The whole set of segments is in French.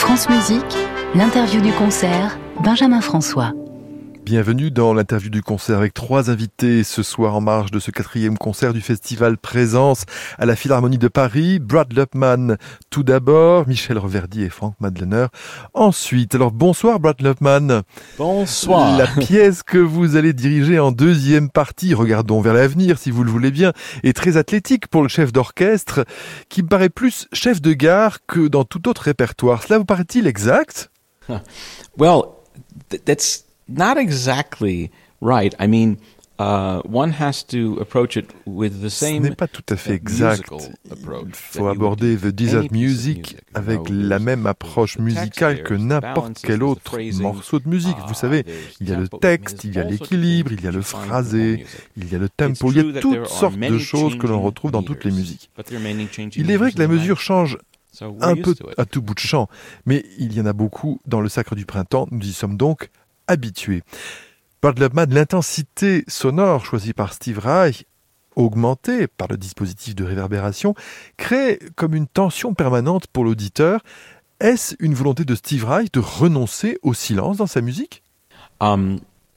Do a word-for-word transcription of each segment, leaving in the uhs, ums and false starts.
France Musique, l'interview du concert, Benjamin François. Bienvenue dans l'interview du concert avec trois invités ce soir en marge de ce quatrième concert du festival Présence à la Philharmonie de Paris. Brad Lupman tout d'abord, Michel Reverdy et Frank Madlener ensuite. Alors bonsoir Brad Lupman. Bonsoir. La pièce que vous allez diriger en deuxième partie, regardons vers l'avenir si vous le voulez bien, est très athlétique pour le chef d'orchestre qui me paraît plus chef de gare que dans tout autre répertoire. Cela vous paraît-il exact? Well, th- that's not exactly right. I mean, uh, one has to approach it with the same. Ce n'est pas tout à fait exact. Il faut aborder The Desert Music avec la même approche musicale que n'importe quel autre morceau de musique. Vous savez, il y a le texte, il y a l'équilibre, il y a le phrasé, il y a le tempo, il y a toutes sortes de choses que l'on retrouve dans toutes les musiques. Il est vrai que la mesure change un peu à tout bout de champ, mais il y en a beaucoup dans le Sacre du Printemps. Nous y sommes donc habitués. Brad Lupman, l'intensité sonore choisie par Steve Reich, augmentée par le dispositif de réverbération, crée comme une tension permanente pour l'auditeur. Est-ce une volonté de Steve Reich de renoncer au silence dans sa musique? Um,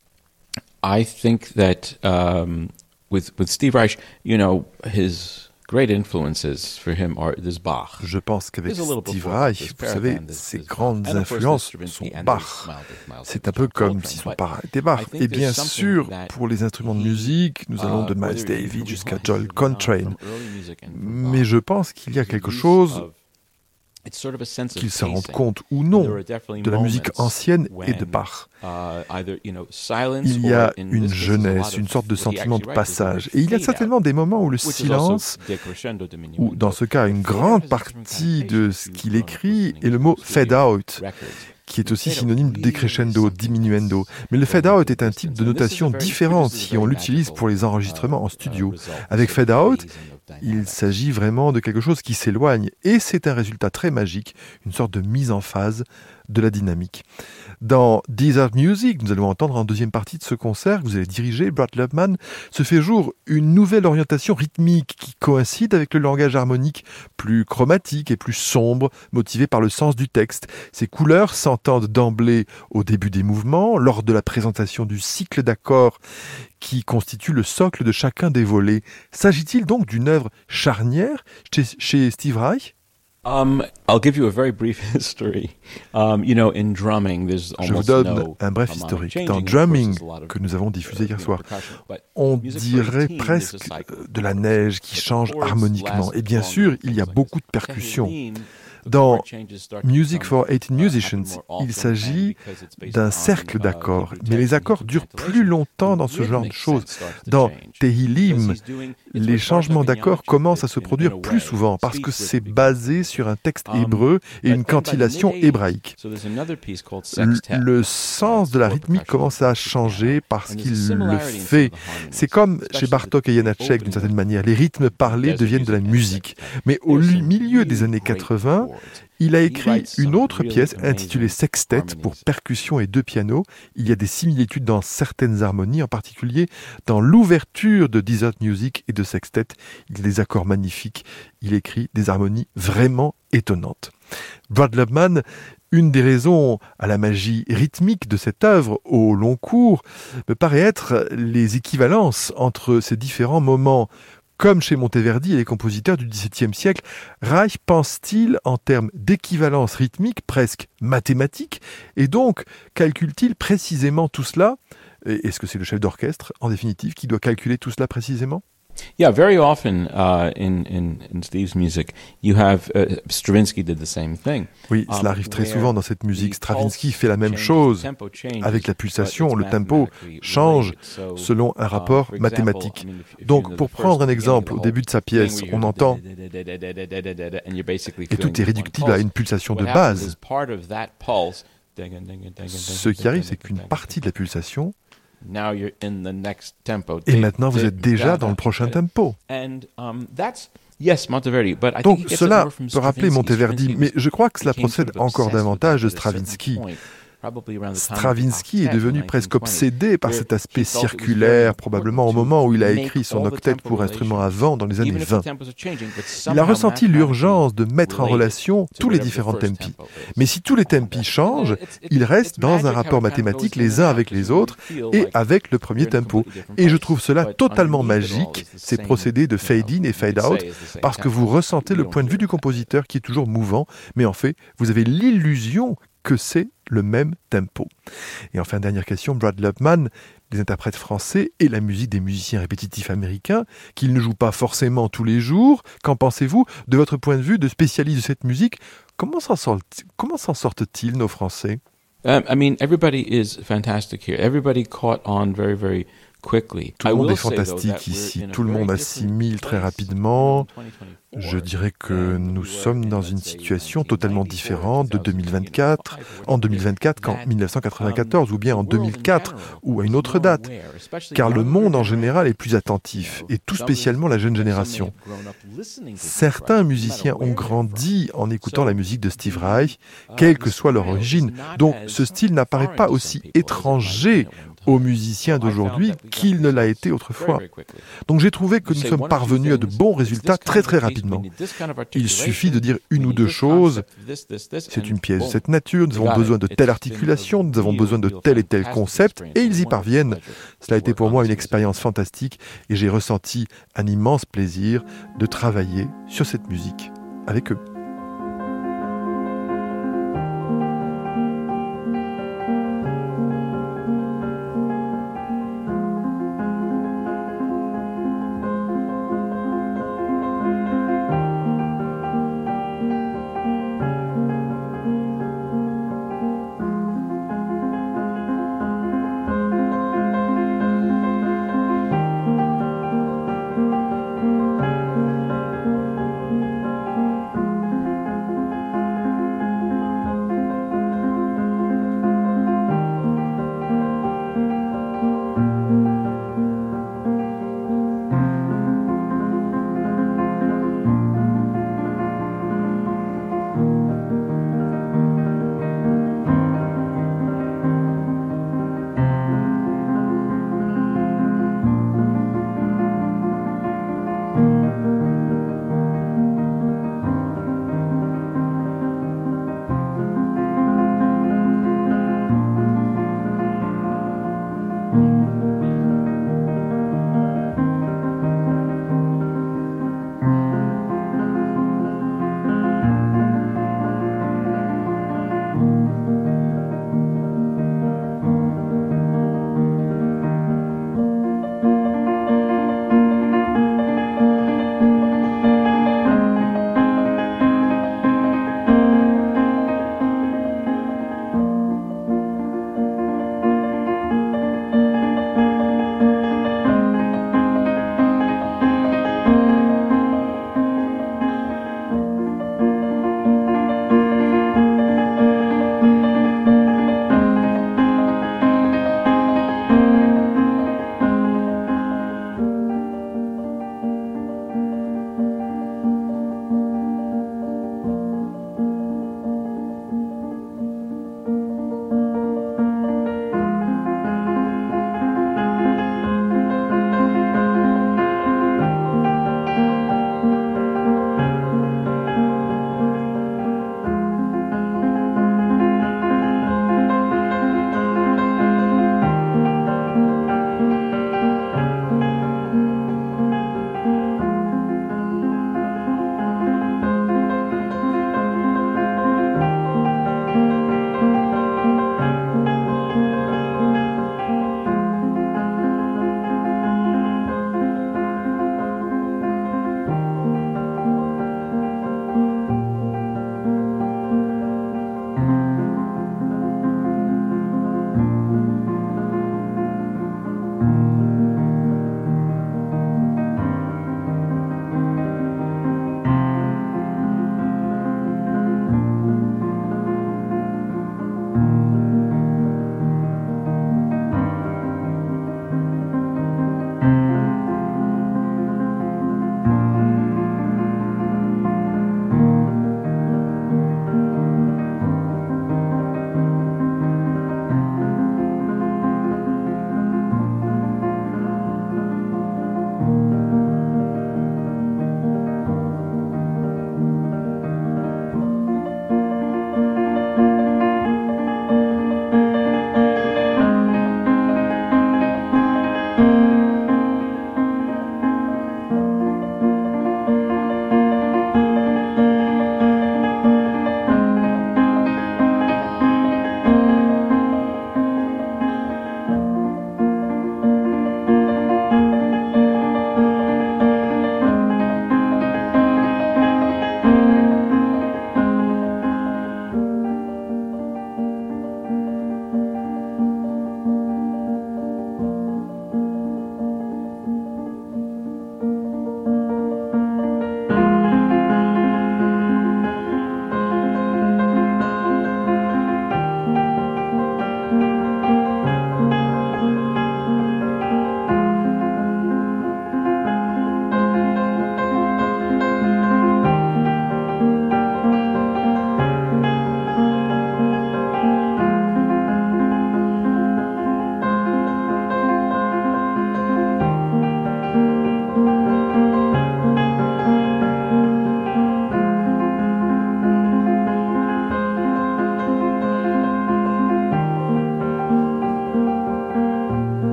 I think that um, with with Steve Reich, you know, his great influences for him are this Bach. Je pense qu'avec Steve Reich, vous savez, ses grandes influences sont Bach. C'est un peu comme si son parrain était Bach. Et bien sûr, pour les instruments de musique, nous allons de Miles Davis jusqu'à John Coltrane. Mais je pense qu'il y a quelque chose, qu'ils s'en rendent compte ou non, de la musique ancienne et de Bach. Il y a une jeunesse, une sorte de sentiment de passage. Et il y a certainement des moments où le silence, ou dans ce cas une grande partie de ce qu'il écrit, est le mot « fade out », qui est aussi synonyme de décrescendo, diminuendo. Mais le fade out est un type de notation différente si on l'utilise pour les enregistrements en studio. Avec fade out, il s'agit vraiment de quelque chose qui s'éloigne et c'est un résultat très magique, une sorte de mise en phase de la dynamique. Dans Desert Music, nous allons entendre en deuxième partie de ce concert que vous allez diriger, Brad Lupman, se fait jour une nouvelle orientation rythmique qui coïncide avec le langage harmonique plus chromatique et plus sombre, motivé par le sens du texte. Ces couleurs s'entendent d'emblée au début des mouvements, lors de la présentation du cycle d'accords qui constitue le socle de chacun des volets. S'agit-il donc d'une œuvre charnière chez, chez Steve Reich? Um, I'll give you a very brief history. Um, you know, in drumming, there's almost Je vous donne no un bref historique. Dans Drumming, que nous avons diffusé hier soir, on dirait presque de la neige qui change harmoniquement. Et bien sûr, il y a beaucoup de percussions. Dans Music for eighteen Musicians, il s'agit d'un cercle d'accords, mais les accords durent plus longtemps dans ce genre de choses. Dans Tehillim, les changements d'accords commencent à se produire plus souvent parce que c'est basé sur un texte hébreu et une cantillation hébraïque. Le, le sens de la rythmique commence à changer parce qu'il le fait. C'est comme chez Bartók et Janáček d'une certaine manière. Les rythmes parlés deviennent de la musique. Mais au milieu des années quatre-vingts, il a écrit une autre pièce intitulée Sextet pour percussion et deux pianos. Il y a des similitudes dans certaines harmonies, en particulier dans l'ouverture de Desert Music et de Sextet. Il y a des accords magnifiques. Il écrit des harmonies vraiment étonnantes. Brad Lupman, une des raisons à la magie rythmique de cette œuvre au long cours me paraît être les équivalences entre ces différents moments. Comme chez Monteverdi et les compositeurs du dix-septième siècle, Reich pense-t-il en termes d'équivalence rythmique presque mathématique et donc calcule-t-il précisément tout cela? Et est-ce que c'est le chef d'orchestre, en définitive, qui doit calculer tout cela précisément? Yeah, very often uh, in, in, in Steve's music, you have uh, Stravinsky did the same thing. Oui, cela arrive très souvent dans cette musique. Stravinsky fait la même chose. Avec la pulsation, le tempo change selon un rapport mathématique. Donc, pour prendre un exemple, au début de sa pièce, on entend et tout est réductible à une pulsation de base. Ce qui arrive, c'est qu'une partie de la pulsation et maintenant, vous êtes déjà dans le prochain tempo. Donc, cela peut rappeler Monteverdi, mais je crois que cela procède encore davantage de Stravinsky. Stravinsky est devenu presque obsédé par cet aspect circulaire, probablement au moment où il a écrit son octet pour instruments à vent dans les années vingt. Il a ressenti l'urgence de mettre en relation tous les différents tempi. Mais si tous les tempi changent, ils restent dans un rapport mathématique les uns avec les autres et avec le premier tempo. Et je trouve cela totalement magique, ces procédés de fade-in et fade-out, parce que vous ressentez le point de vue du compositeur qui est toujours mouvant, mais en fait, vous avez l'illusion que c'est le même tempo. Et enfin, dernière question, Brad Lupman, les interprètes français et la musique des musiciens répétitifs américains, qu'ils ne jouent pas forcément tous les jours. Qu'en pensez-vous de votre point de vue de spécialiste de cette musique? Comment s'en sortent, comment s'en sortent-ils, nos Français? Um, I mean, everybody is fantastic here. Everybody caught on very, very quickly. Tout le monde est fantastique ici, tout le monde assimile très rapidement. Je dirais que nous sommes dans une situation totalement différente de deux mille vingt-quatre, en deux mille vingt-quatre qu'en mille neuf cent quatre-vingt-quatorze ou bien en deux mille quatre ou à une autre date. Car le monde en général est plus attentif, et tout spécialement la jeune génération. Certains musiciens ont grandi en écoutant la musique de Steve Reich, quelle que soit leur origine, donc ce style n'apparaît pas aussi étranger aux musiciens d'aujourd'hui qu'il ne l'a été autrefois. Donc j'ai trouvé que nous sommes parvenus à de bons résultats très très rapidement. Il suffit de dire une ou deux choses. C'est une pièce de cette nature, nous avons besoin de telle articulation, nous avons besoin de tel et tel concept, et ils y parviennent. Cela a été pour moi une expérience fantastique et j'ai ressenti un immense plaisir de travailler sur cette musique avec eux.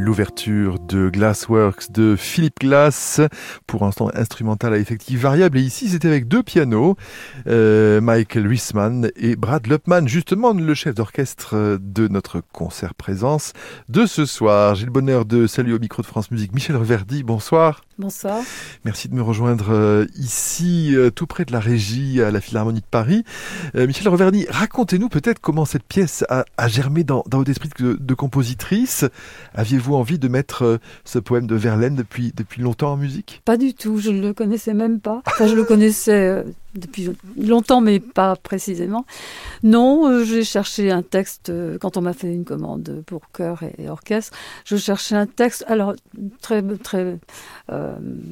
l'ouverture de Glassworks de Philip Glass, pour l'instant instrumental à effectifs variables. Et ici, c'était avec deux pianos, euh, Michael Riesman et Brad Lupman, justement le chef d'orchestre de notre concert présence de ce soir. J'ai le bonheur de saluer au micro de France Musique Michel Reverdy. Bonsoir. Bonsoir. Merci de me rejoindre euh, ici, euh, tout près de la Régie, à la Philharmonie de Paris. Euh, Michel Reverdy, racontez-nous peut-être comment cette pièce a, a germé dans, dans votre esprit de, de compositrice. Aviez-vous envie de mettre euh, ce poème de Verlaine depuis, depuis longtemps en musique ? Pas du tout, je ne le connaissais même pas. Enfin, je le connaissais euh, depuis longtemps, mais pas précisément. Non, euh, j'ai cherché un texte, euh, quand on m'a fait une commande pour chœur et, et orchestre, je cherchais un texte, alors très... très euh,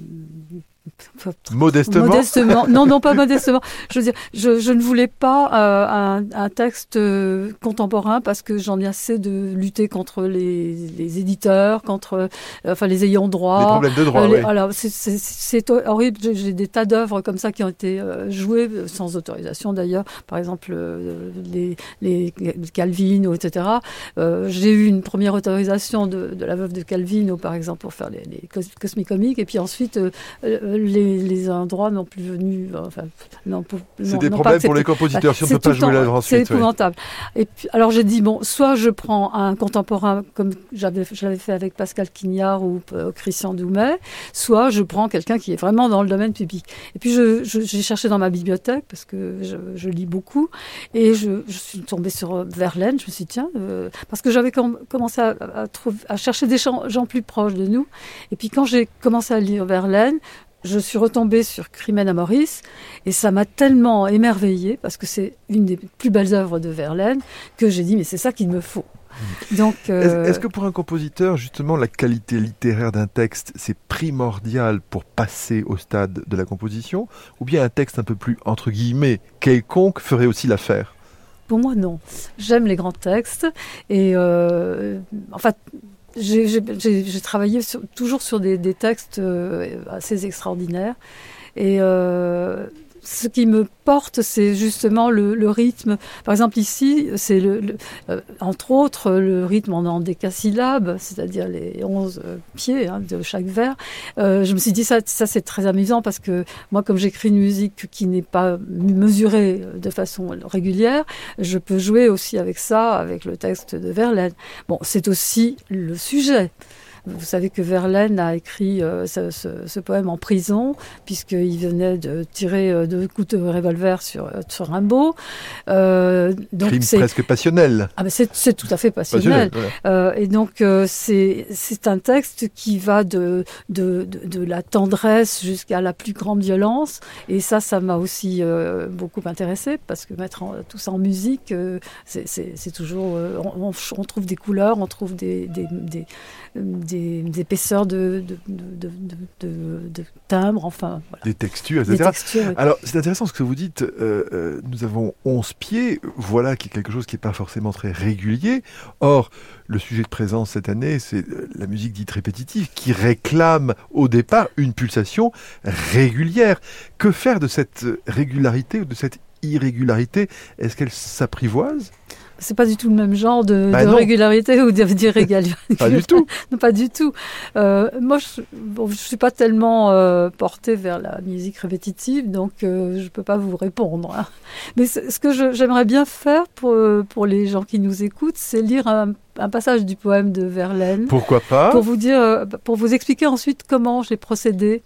Modestement. Modestement. Non, non, pas modestement. Je veux dire, je, je ne voulais pas euh, un, un texte euh, contemporain parce que j'en ai assez de lutter contre les, les éditeurs, contre euh, enfin les ayants droit. Les problèmes de droit, euh, les, oui. Alors, c'est, c'est, c'est horrible. J'ai, j'ai des tas d'œuvres comme ça qui ont été euh, jouées sans autorisation d'ailleurs. Par exemple, euh, les, les Calvino, et cetera. Euh, j'ai eu une première autorisation de, de la veuve de Calvino, par exemple, pour faire les, les Cosmicomiques, et puis ensuite. Euh, Les, les endroits n'ont plus venu. Enfin, non, pour, c'est non, des non problèmes pour les compositeurs si on ne peut pas jouer l'œuvre ensuite. C'est épouvantable. Ouais. Et puis, alors j'ai dit, bon, soit je prends un contemporain comme j'avais, je l'avais fait avec Pascal Quignard ou euh, Christian Doumet, soit je prends quelqu'un qui est vraiment dans le domaine public. Et puis je, je, j'ai cherché dans ma bibliothèque, parce que je, je lis beaucoup, et je, je suis tombée sur Verlaine. Je me suis dit, tiens, euh, parce que j'avais com- commencé à, à, trouver, à chercher des gens, gens plus proches de nous. Et puis quand j'ai commencé à lire Verlaine, je suis retombée sur Crimen Amoris et ça m'a tellement émerveillée parce que c'est une des plus belles œuvres de Verlaine que j'ai dit mais c'est ça qu'il me faut. Donc, euh... est-ce, est-ce que pour un compositeur, justement, la qualité littéraire d'un texte, c'est primordial pour passer au stade de la composition, ou bien un texte un peu plus, entre guillemets, quelconque ferait aussi l'affaire ? Pour moi, non. J'aime les grands textes et euh, enfin... J'ai, j'ai, j'ai, j'ai travaillé sur, toujours sur des, des textes euh, assez extraordinaires. Et euh, ce qui me porte, c'est justement le, le rythme. Par exemple, ici, c'est le, le, euh, entre autres le rythme en endécasyllabes, c'est-à-dire les onze euh, pieds hein, de chaque vers. Euh, je me suis dit, ça, ça c'est très amusant parce que moi, comme j'écris une musique qui n'est pas mesurée de façon régulière, je peux jouer aussi avec ça, avec le texte de Verlaine. Bon, c'est aussi le sujet. Vous savez que Verlaine a écrit euh, ce, ce, ce poème en prison, puisqu'il venait de tirer euh, deux coups de revolver sur, euh, sur Rimbaud. Euh, donc Crime c'est... presque passionnel. Ah ben c'est, c'est tout à fait passionnel. passionnel voilà. euh, et donc, euh, c'est, c'est un texte qui va de, de, de, de la tendresse jusqu'à la plus grande violence. Et ça, ça m'a aussi euh, beaucoup intéressée, parce que mettre en, tout ça en musique, euh, c'est, c'est, c'est toujours... Euh, on, on trouve des couleurs, on trouve des... des, des Des, des épaisseurs de, de, de, de, de, de timbres, enfin... Voilà. Des textures, et cetera. Des textures, oui. Alors, c'est intéressant ce que vous dites. Euh, euh, nous avons onze pieds, voilà qui est quelque chose qui n'est pas forcément très régulier. Or, le sujet de présence cette année, c'est la musique dite répétitive, qui réclame au départ une pulsation régulière. Que faire de cette régularité ou de cette irrégularité ? Est-ce qu'elle s'apprivoise ? C'est pas du tout le même genre de, bah de régularité ou d'irrégularité. Pas du tout. Non, pas du tout. Euh, moi, je, bon, je suis pas tellement euh, portée vers la musique répétitive, donc euh, je peux pas vous répondre. Hein. Mais c- ce que je, j'aimerais bien faire pour pour les gens qui nous écoutent, c'est lire un, un passage du poème de Verlaine. Pourquoi pas ? Pour vous dire, pour vous expliquer ensuite comment j'ai procédé.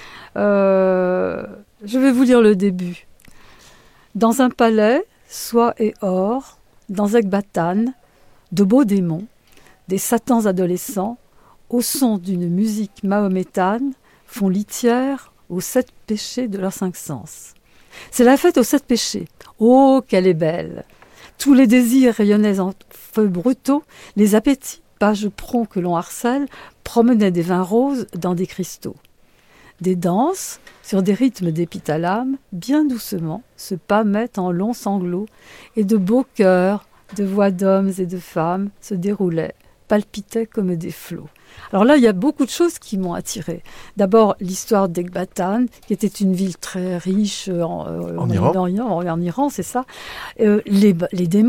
Euh, je vais vous lire le début. Dans un palais, soie et or. Dans Ecbatane, de beaux démons, des satans adolescents, au son d'une musique mahométane, font litière aux sept péchés de leurs cinq sens. C'est la fête aux sept péchés. Oh, qu'elle est belle! Tous les désirs rayonnaient en feux brutaux, les appétits, pages prompts que l'on harcèle, promenaient des vins roses dans des cristaux. Des danses, sur des rythmes d'épithalame, bien doucement, se pâmaient en longs sanglots, et de beaux chœurs, de voix d'hommes et de femmes se déroulaient, palpitaient comme des flots. Alors là, il y a beaucoup de choses qui m'ont attirée. D'abord, l'histoire d'Ecbatane, qui était une ville très riche en, euh, en, Iran. en, en, en Iran, c'est ça. Euh, les, les démons.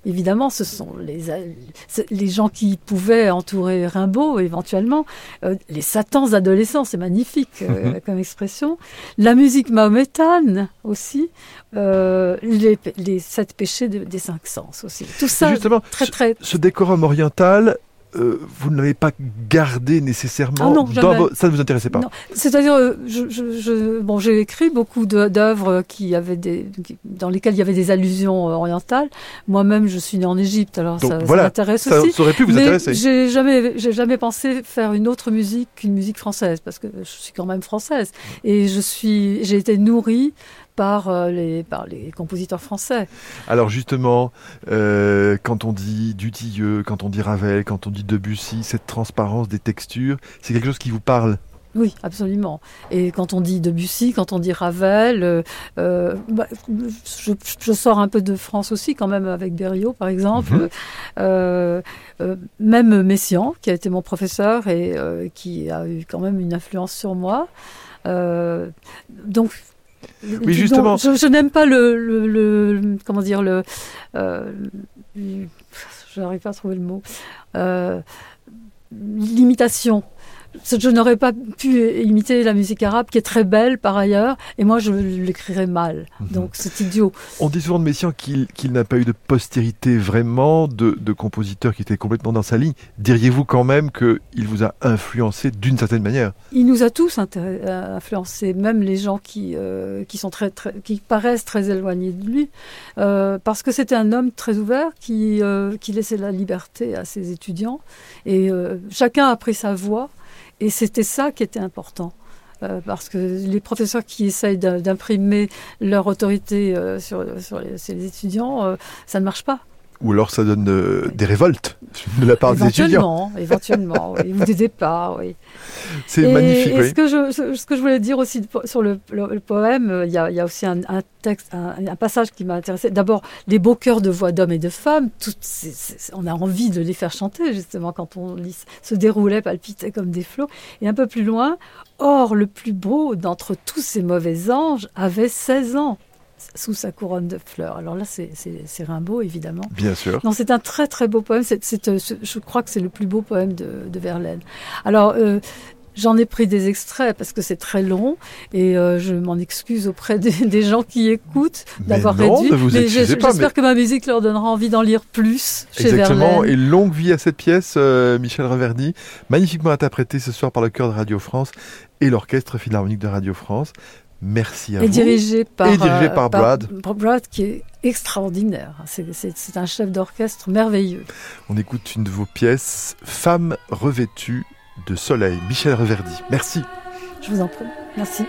évidemment, ce sont les, les gens qui pouvaient entourer Rimbaud, éventuellement, euh, les satans adolescents, c'est magnifique euh, mm-hmm. comme expression. La musique mahométane aussi, euh, les, les sept péchés de, des cinq sens aussi. Tout ça, justement, très très... Ce, ce décorum oriental... Euh, vous ne l'avez pas gardé nécessairement. Ah non, dans vos... Ça ne vous intéressait pas. Non. C'est-à-dire, je, je, je, bon, j'ai écrit beaucoup d'œuvres qui avaient des, dans lesquelles il y avait des allusions orientales. Moi-même, je suis née en Égypte, alors donc, ça, voilà, ça m'intéresse ça, aussi. Ça aurait pu vous mais intéresser. J'ai jamais, j'ai jamais pensé faire une autre musique qu'une musique française, parce que je suis quand même française et je suis, j'ai été nourrie par, euh, les, par les compositeurs français. Alors justement, euh, quand on dit Dutilleux, quand on dit Ravel, quand on dit Debussy, cette transparence des textures, c'est quelque chose qui vous parle? Oui, absolument. Et quand on dit Debussy, quand on dit Ravel, euh, euh, bah, je, je sors un peu de France aussi, quand même, avec Berriot, par exemple. Mm-hmm. euh, euh, même Messiaen, qui a été mon professeur et euh, qui a eu quand même une influence sur moi. Euh, donc, oui, justement. Donc, je, je n'aime pas le, le, le comment dire le, euh, je n'arrive pas à trouver le mot, euh, l'imitation. Je n'aurais pas pu imiter la musique arabe, qui est très belle par ailleurs, et moi je l'écrirais mal. Mm-hmm. Donc c'est idiot. On dit souvent de Messiaen qu'il, qu'il n'a pas eu de postérité vraiment, de, de compositeurs qui étaient complètement dans sa ligne. Diriez-vous quand même qu'il vous a influencé d'une certaine manière? Il nous a tous inter- influencés, même les gens qui, euh, qui, sont très, très, qui paraissent très éloignés de lui, euh, parce que c'était un homme très ouvert qui, euh, qui laissait la liberté à ses étudiants, et euh, chacun a pris sa voie. Et c'était ça qui était important, euh, parce que les professeurs qui essayent d'imprimer leur autorité euh, sur, sur, les, sur les étudiants, euh, ça ne marche pas. Ou alors ça donne euh, oui. des révoltes de la part des étudiants. Éventuellement, oui, ou des départs, oui. C'est et, magnifique, et oui. Ce que, je, ce que je voulais dire aussi sur le, le, le poème, il y a, il y a aussi un, un texte, un, un passage qui m'a intéressé. D'abord, les beaux chœurs de voix d'hommes et de femmes, toutes ces, ces, on a envie de les faire chanter, justement, quand on lit, se déroulaient, palpitaient comme des flots. Et un peu plus loin, or, le plus beau d'entre tous ces mauvais anges avait seize ans. Sous sa couronne de fleurs. Alors là, c'est, c'est, c'est Rimbaud, évidemment. Bien sûr. Non, c'est un très, très beau poème. C'est, c'est, je crois que c'est le plus beau poème de, de Verlaine. Alors, euh, j'en ai pris des extraits parce que c'est très long et euh, je m'en excuse auprès des, des gens qui écoutent d'avoir mais non, réduit. Ne vous mais excusez j'espère pas, mais... que ma musique leur donnera envie d'en lire plus chez Exactement. Verlaine. Et longue vie à cette pièce, euh, Michel Reverdy, magnifiquement interprétée ce soir par le chœur de Radio France et l'orchestre philharmonique de Radio France. Merci à et vous. Dirigé par, et dirigé par, euh, Brad. Par Brad, qui est extraordinaire. C'est, c'est, c'est un chef d'orchestre merveilleux. On écoute une de vos pièces, Femme revêtue de soleil. Michel Reverdy. Merci. Je vous en prie. Merci.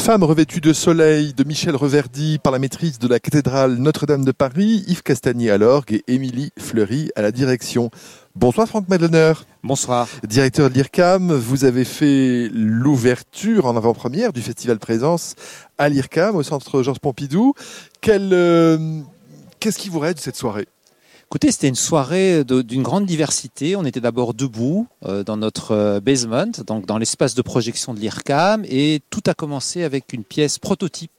Femme revêtue de soleil de Michel Reverdy par la maîtrise de la cathédrale Notre-Dame de Paris, Yves Castagnier à l'orgue et Émilie Fleury à la direction. Bonsoir Franck Madlener. Bonsoir. Directeur de l'I R C A M, vous avez fait l'ouverture en avant-première du Festival Présence à l'I R C A M au Centre Georges Pompidou. Quel, euh, qu'est-ce qui vous reste de cette soirée ? Écoutez, c'était une soirée de, d'une grande diversité. On était d'abord debout euh, dans notre euh, basement, donc dans l'espace de projection de l'I R C A M, et tout a commencé avec une pièce prototype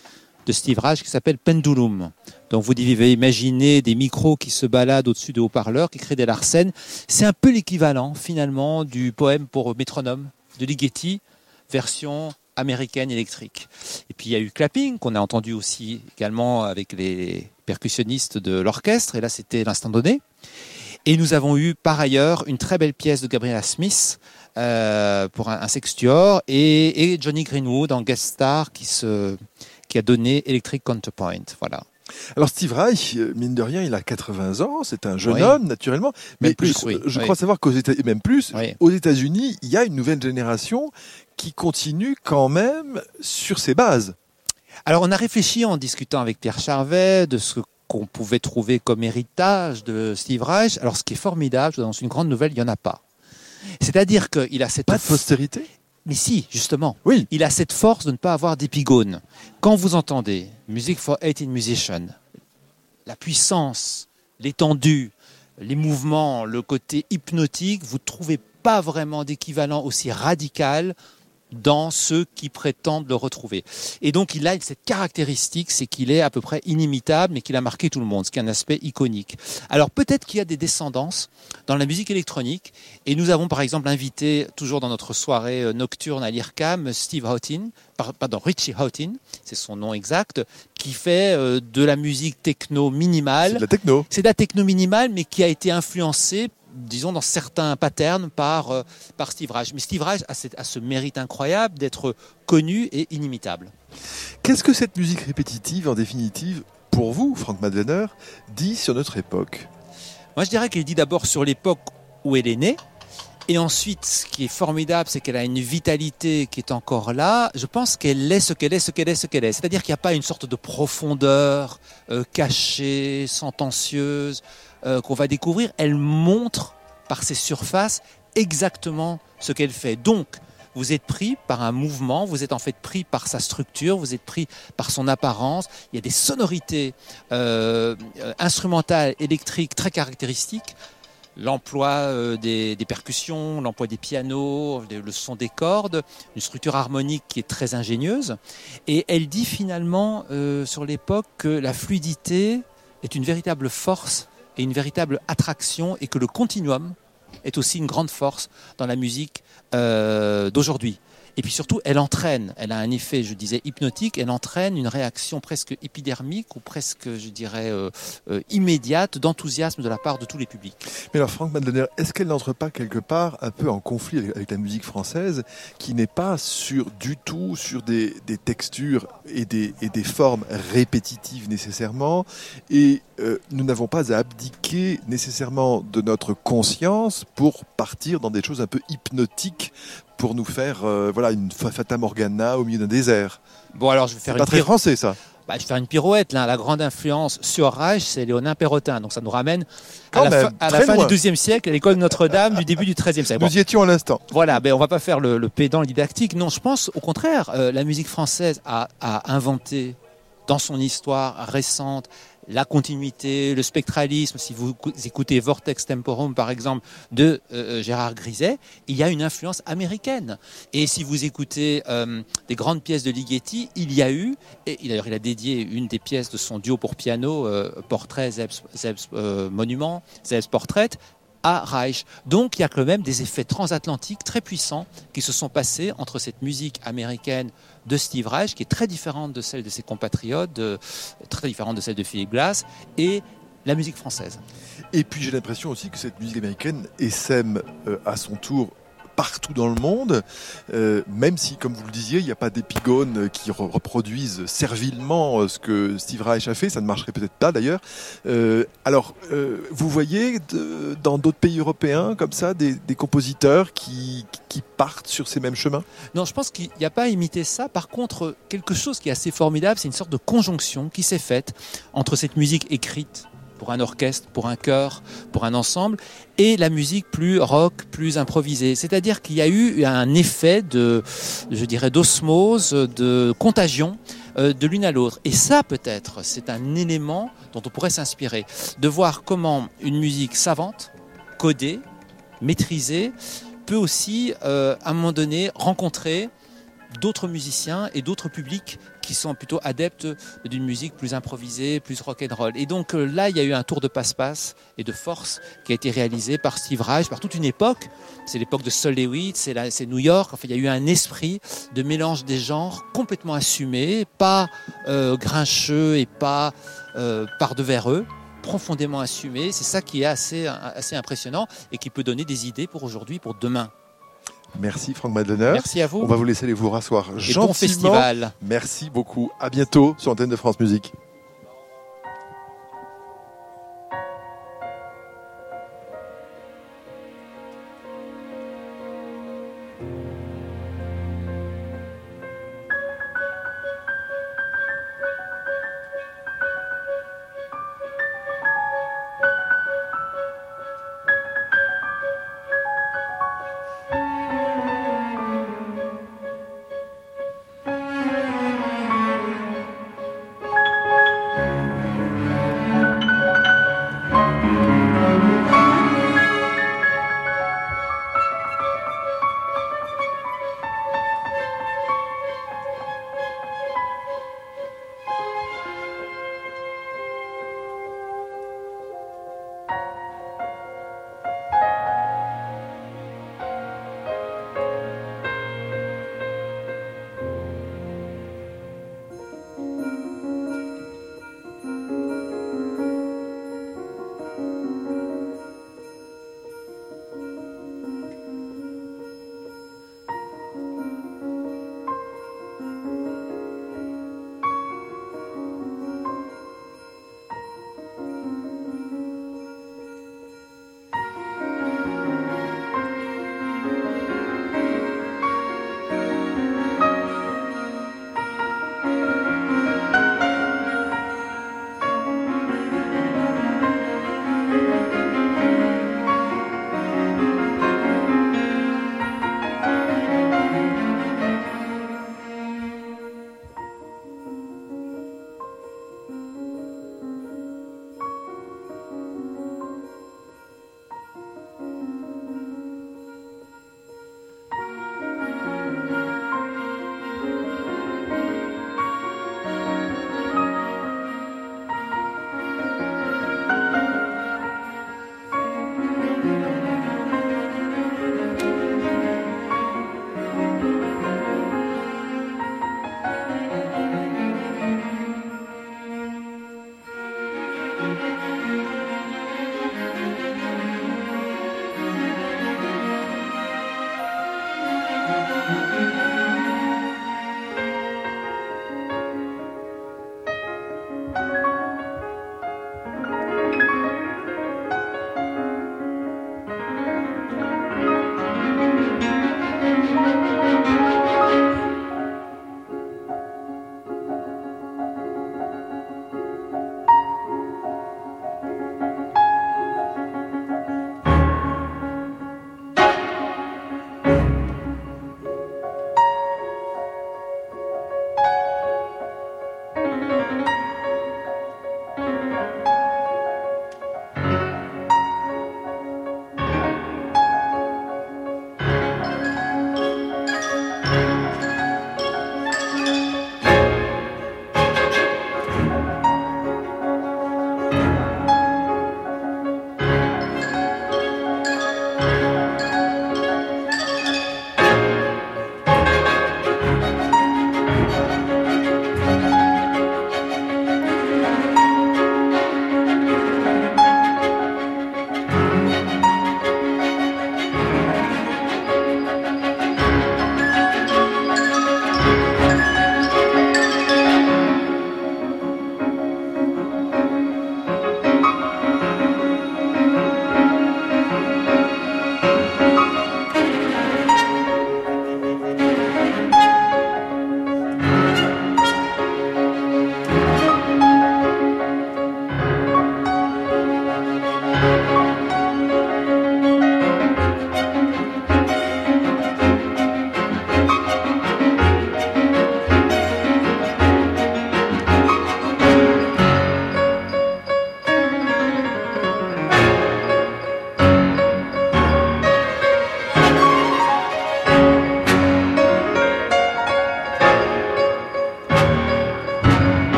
de Steve Reich qui s'appelle Pendulum. Donc vous devez imaginer des micros qui se baladent au-dessus de haut-parleurs, qui créent des larcènes. C'est un peu l'équivalent finalement du poème pour métronome de Ligeti, version américaine électrique. Et puis il y a eu Clapping, qu'on a entendu aussi également avec les percussionnistes de l'orchestre, et là c'était l'instant donné. Et nous avons eu par ailleurs une très belle pièce de Gabriella Smith euh, pour un, un sextuor, et, et Johnny Greenwood en guest star qui, se, qui a donné Electric Counterpoint. Voilà. Alors Steve Reich, mine de rien, il a quatre-vingts ans, c'est un jeune oui. homme naturellement, mais même plus, je, oui. je oui. crois savoir qu'aux États, même plus, oui. aux États-Unis, il y a une nouvelle génération qui continue quand même sur ses bases. Alors on a réfléchi en discutant avec Pierre Charvet de ce qu'on pouvait trouver comme héritage de Steve Reich. Alors ce qui est formidable, dans une grande nouvelle, il n'y en a pas. C'est-à-dire qu'il a cette... Pas de postérité ? Mais si, justement. Oui. Il a cette force de ne pas avoir d'épigone. Quand vous entendez Music for eighteen Musicians, la puissance, l'étendue, les mouvements, le côté hypnotique, vous ne trouvez pas vraiment d'équivalent aussi radical dans ceux qui prétendent le retrouver. Et donc il a cette caractéristique, c'est qu'il est à peu près inimitable, mais qu'il a marqué tout le monde, ce qui est un aspect iconique. Alors peut-être qu'il y a des descendances dans la musique électronique, et nous avons par exemple invité, toujours dans notre soirée nocturne à l'I R C A M, Steve Houghton, pardon, Richie Houghton, c'est son nom exact, qui fait euh, de la musique techno minimale. C'est de la techno. C'est de la techno minimale, mais qui a été influencée, disons, dans certains patterns par, euh, par Steve Reich. Mais Steve Reich a, cette, a ce mérite incroyable d'être connu et inimitable. Qu'est-ce que cette musique répétitive, en définitive, pour vous, Franck Madlener, dit sur notre époque ? Moi, je dirais qu'elle dit d'abord sur l'époque où elle est née. Et ensuite, ce qui est formidable, c'est qu'elle a une vitalité qui est encore là. Je pense qu'elle est ce qu'elle est, ce qu'elle est, ce qu'elle est. C'est-à-dire qu'il n'y a pas une sorte de profondeur euh, cachée, sentencieuse, euh, qu'on va découvrir. Elle montre par ses surfaces exactement ce qu'elle fait. Donc, vous êtes pris par un mouvement, vous êtes en fait pris par sa structure, vous êtes pris par son apparence. Il y a des sonorités euh, instrumentales, électriques très caractéristiques. L'emploi euh, des, des percussions, l'emploi des pianos, le son des cordes, une structure harmonique qui est très ingénieuse. Et elle dit finalement euh, sur l'époque que la fluidité est une véritable force et une véritable attraction, et que le continuum est aussi une grande force dans la musique euh, d'aujourd'hui. Et puis surtout, elle entraîne, elle a un effet, je disais, hypnotique, elle entraîne une réaction presque épidermique ou presque, je dirais, euh, euh, immédiate d'enthousiasme de la part de tous les publics. Mais alors Franck Madlener, est-ce qu'elle n'entre pas quelque part un peu en conflit avec, avec la musique française, qui n'est pas sur, du tout sur des, des textures et des, et des formes répétitives nécessairement, et euh, nous n'avons pas à abdiquer nécessairement de notre conscience pour partir dans des choses un peu hypnotiques, pour nous faire euh, voilà, une Fata Morgana au milieu d'un désert. Bon, alors je vais faire C'est une pas très pire... français, ça. Bah, je vais faire une pirouette. Là. La grande influence sur Reich, c'est Léonin Perrotin. Donc ça nous ramène Quand à la, même, fin, à la très fin loin. du douzième siècle, à l'école de Notre-Dame, du début du treizième siècle. Nous Bon. y étions à l'instant. Voilà, ben on va pas faire le, le pédant didactique. Non, je pense au contraire, euh, la musique française a, a inventé dans son histoire récente la continuité, le spectralisme. Si vous écoutez Vortex Temporum, par exemple, de euh, Gérard Griset, il y a une influence américaine. Et si vous écoutez euh, des grandes pièces de Ligeti, il y a eu, et d'ailleurs il a dédié une des pièces de son duo pour piano, euh, Portrait, Zeb's, Zeb's euh, Monument, Zeb's Portrait, à Reich. Donc il y a quand même des effets transatlantiques très puissants qui se sont passés entre cette musique américaine de Steve Reich, qui est très différente de celle de ses compatriotes, de, très différente de celle de Philip Glass, et la musique française. Et puis j'ai l'impression aussi que cette musique américaine essaime euh, à son tour partout dans le monde, euh, même si, comme vous le disiez, il n'y a pas d'épigones qui re- reproduisent servilement ce que Steve Reich a fait, ça ne marcherait peut-être pas d'ailleurs. Euh, alors, euh, vous voyez de, dans d'autres pays européens, comme ça, des, des compositeurs qui, qui partent sur ces mêmes chemins ? Non, je pense qu'il n'y a pas à imiter ça. Par contre, quelque chose qui est assez formidable, c'est une sorte de conjonction qui s'est faite entre cette musique écrite pour un orchestre, pour un chœur, pour un ensemble, et la musique plus rock, plus improvisée. C'est-à-dire qu'il y a eu un effet de, je dirais, d'osmose, de contagion euh, de l'une à l'autre. Et ça, peut-être, c'est un élément dont on pourrait s'inspirer, de voir comment une musique savante, codée, maîtrisée, peut aussi, euh, à un moment donné, rencontrer d'autres musiciens et d'autres publics qui sont plutôt adeptes d'une musique plus improvisée, plus rock'n'roll. Et donc euh, là, il y a eu un tour de passe-passe et de force qui a été réalisé par Steve Reich, par toute une époque. C'est l'époque de Sol Lewitt, c'est, la, c'est New York. Enfin, il y a eu un esprit de mélange des genres complètement assumé, pas euh, grincheux et pas euh, par-devers eux, profondément assumé. C'est ça qui est assez, assez impressionnant et qui peut donner des idées pour aujourd'hui, pour demain. Merci Franck Madlener. Merci à vous. On va vous laisser aller vous rasseoir Et gentiment. bon festival. Merci beaucoup. À bientôt sur l'antenne de France Musique.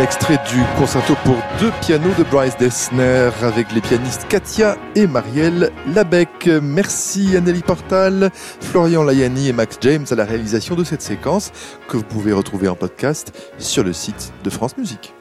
extrait du concerto pour deux pianos de Bryce Dessner avec les pianistes Katia et Marielle Labec. Merci Anneli Portal, Florian Layani et Max James à la réalisation de cette séquence que vous pouvez retrouver en podcast sur le site de France Musique.